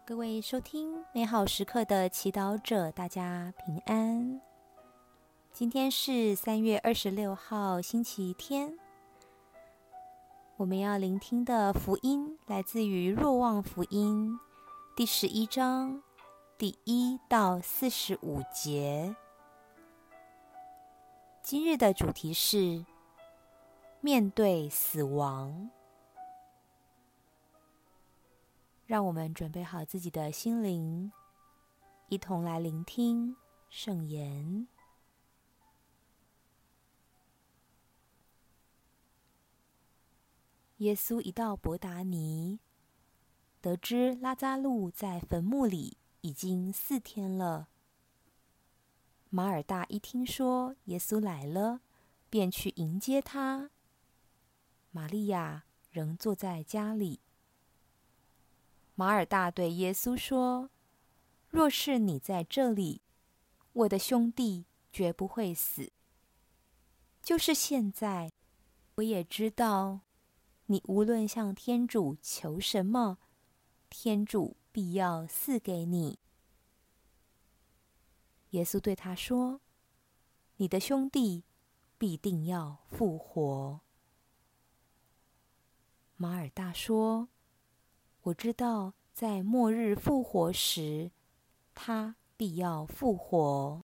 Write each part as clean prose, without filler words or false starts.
各位收听美好时刻的祈祷者，大家平安。今天是3月26号星期天，我们要聆听的福音来自于若望福音第11章第1到45节。今日的主题是面对死亡。让我们准备好自己的心灵，一同来聆听圣言。耶稣一到伯达尼，得知拉匝路在坟墓里已经4天了。马尔大一听说耶稣来了，便去迎接他。玛利亚仍坐在家里。马尔大对耶稣说：“若是你在这里，我的兄弟绝不会死。就是现在，我也知道，你无论向天主求什么，天主必要赐给你。”耶稣对他说：“你的兄弟必定要复活。”马尔大说：“我知道，在末日复活时，他必要复活。”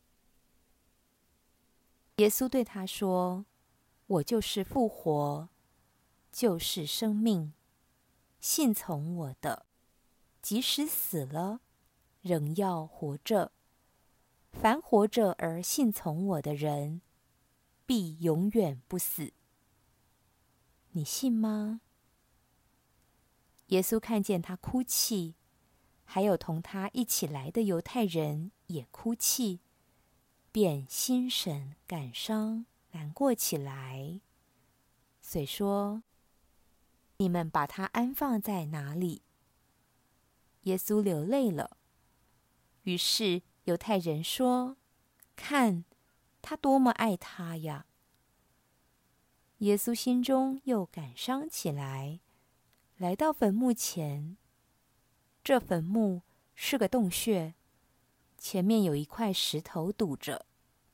耶稣对他说：“我就是复活，就是生命。信从我的，即使死了，仍要活着。凡活着而信从我的人，必永远不死。你信吗？”耶稣看见他哭泣，还有同他一起来的犹太人也哭泣，便心神感伤，难过起来，遂说：“你们把他安放在哪里？”耶稣流泪了。于是犹太人说：“看，他多么爱他呀！”耶稣心中又感伤起来，来到坟墓前。这坟墓是个洞穴，前面有一块石头堵着。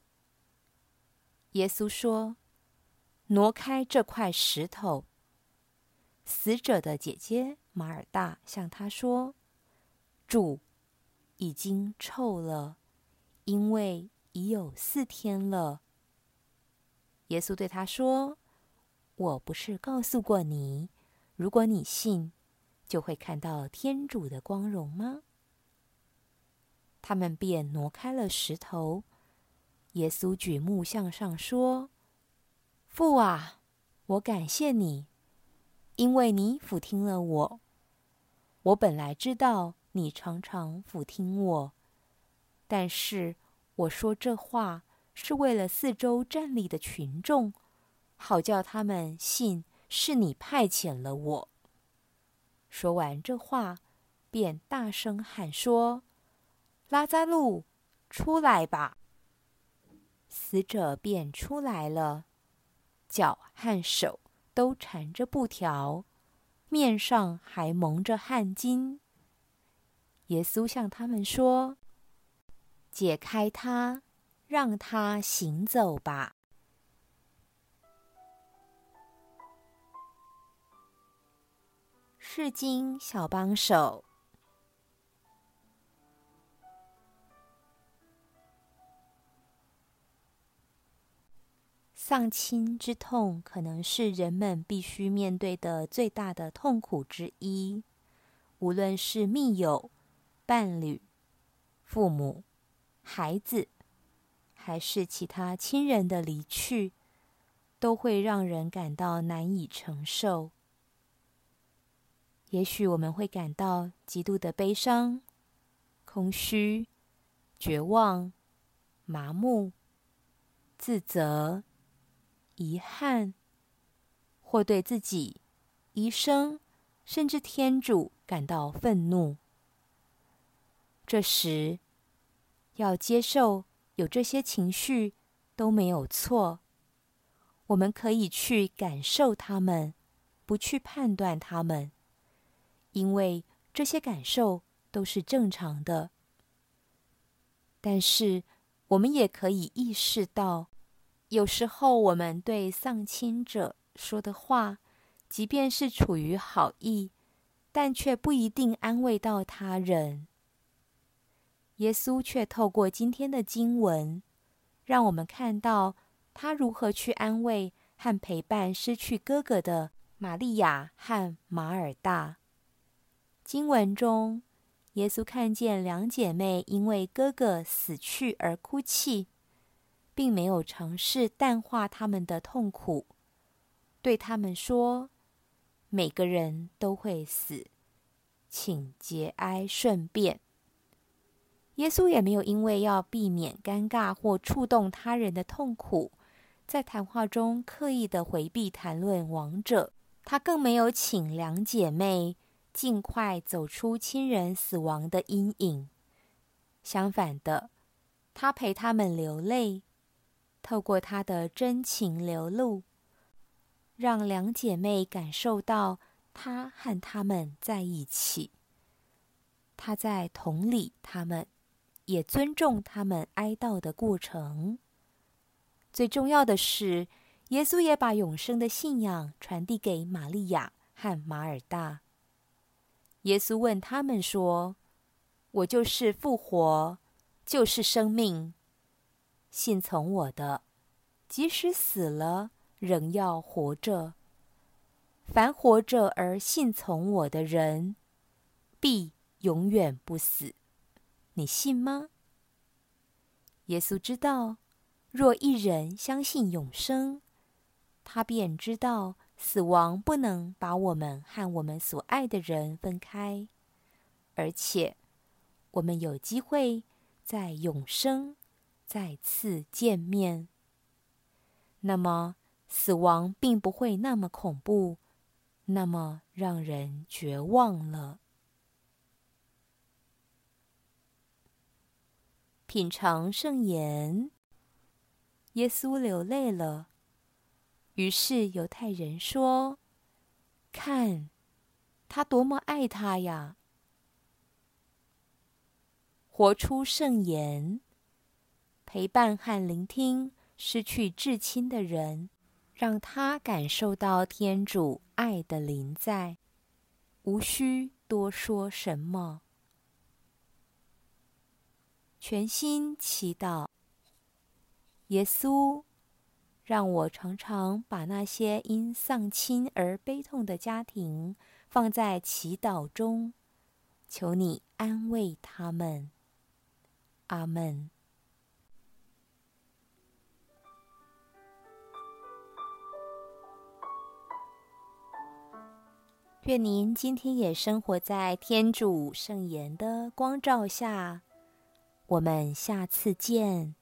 耶稣说：“挪开这块石头。”死者的姐姐马尔大向他说：“主，已经臭了，因为已有4天了。”耶稣对他说：“我不是告诉过你，如果你信，就会看到天主的光荣吗？”他们便挪开了石头。耶稣举目向上说：“父啊，我感谢你，因为你俯听了我。我本来知道你常常俯听我，但是我说这话是为了四周站立的群众，好叫他们信是你派遣了我。”说完这话，便大声喊说：“拉匝路，出来吧！”死者便出来了，脚和手都缠着布条，面上还蒙着汗巾。耶稣向他们说：“解开他，让他行走吧。”释经小帮手。丧亲之痛可能是人们必须面对的最大的痛苦之一，无论是密友、伴侣、父母、孩子，还是其他亲人的离去，都会让人感到难以承受。也许我们会感到极度的悲伤、空虚、绝望、麻木、自责、遗憾，或对自己、医生，甚至天主感到愤怒。这时，要接受有这些情绪都没有错，我们可以去感受它们，不去判断它们，因为这些感受都是正常的。但是我们也可以意识到，有时候我们对丧亲者说的话，即便是出于好意，但却不一定安慰到他人。耶稣却透过今天的经文，让我们看到他如何去安慰和陪伴失去哥哥的玛利亚和马尔大。经文中，耶稣看见两姐妹因为哥哥死去而哭泣，并没有尝试淡化他们的痛苦，对他们说：每个人都会死，请节哀顺变。耶稣也没有因为要避免尴尬或触动他人的痛苦，在谈话中刻意的回避谈论亡者。他更没有请两姐妹尽快走出亲人死亡的阴影。相反的，他陪他们流泪，透过他的真情流露，让两姐妹感受到他和他们在一起。他在同理他们，也尊重他们哀悼的过程。最重要的是，耶稣也把永生的信仰传递给玛利亚和马尔大。耶稣问他们说：我就是复活，就是生命。信从我的，即使死了，仍要活着。凡活着而信从我的人，必永远不死。你信吗？耶稣知道，若一人相信永生，他便知道死亡不能把我们和我们所爱的人分开，而且我们有机会在永生再次见面。那么，死亡并不会那么恐怖，那么让人绝望了。品尝圣言，耶稣流泪了。于是犹太人说：看，他多么爱他呀！活出圣言，陪伴和聆听失去至亲的人，让他感受到天主爱的临在，无需多说什么。全心祈祷，耶稣，让我常常把那些因丧亲而悲痛的家庭放在祈祷中，求你安慰他们。阿们。愿您今天也生活在天主圣言的光照下。我们下次见。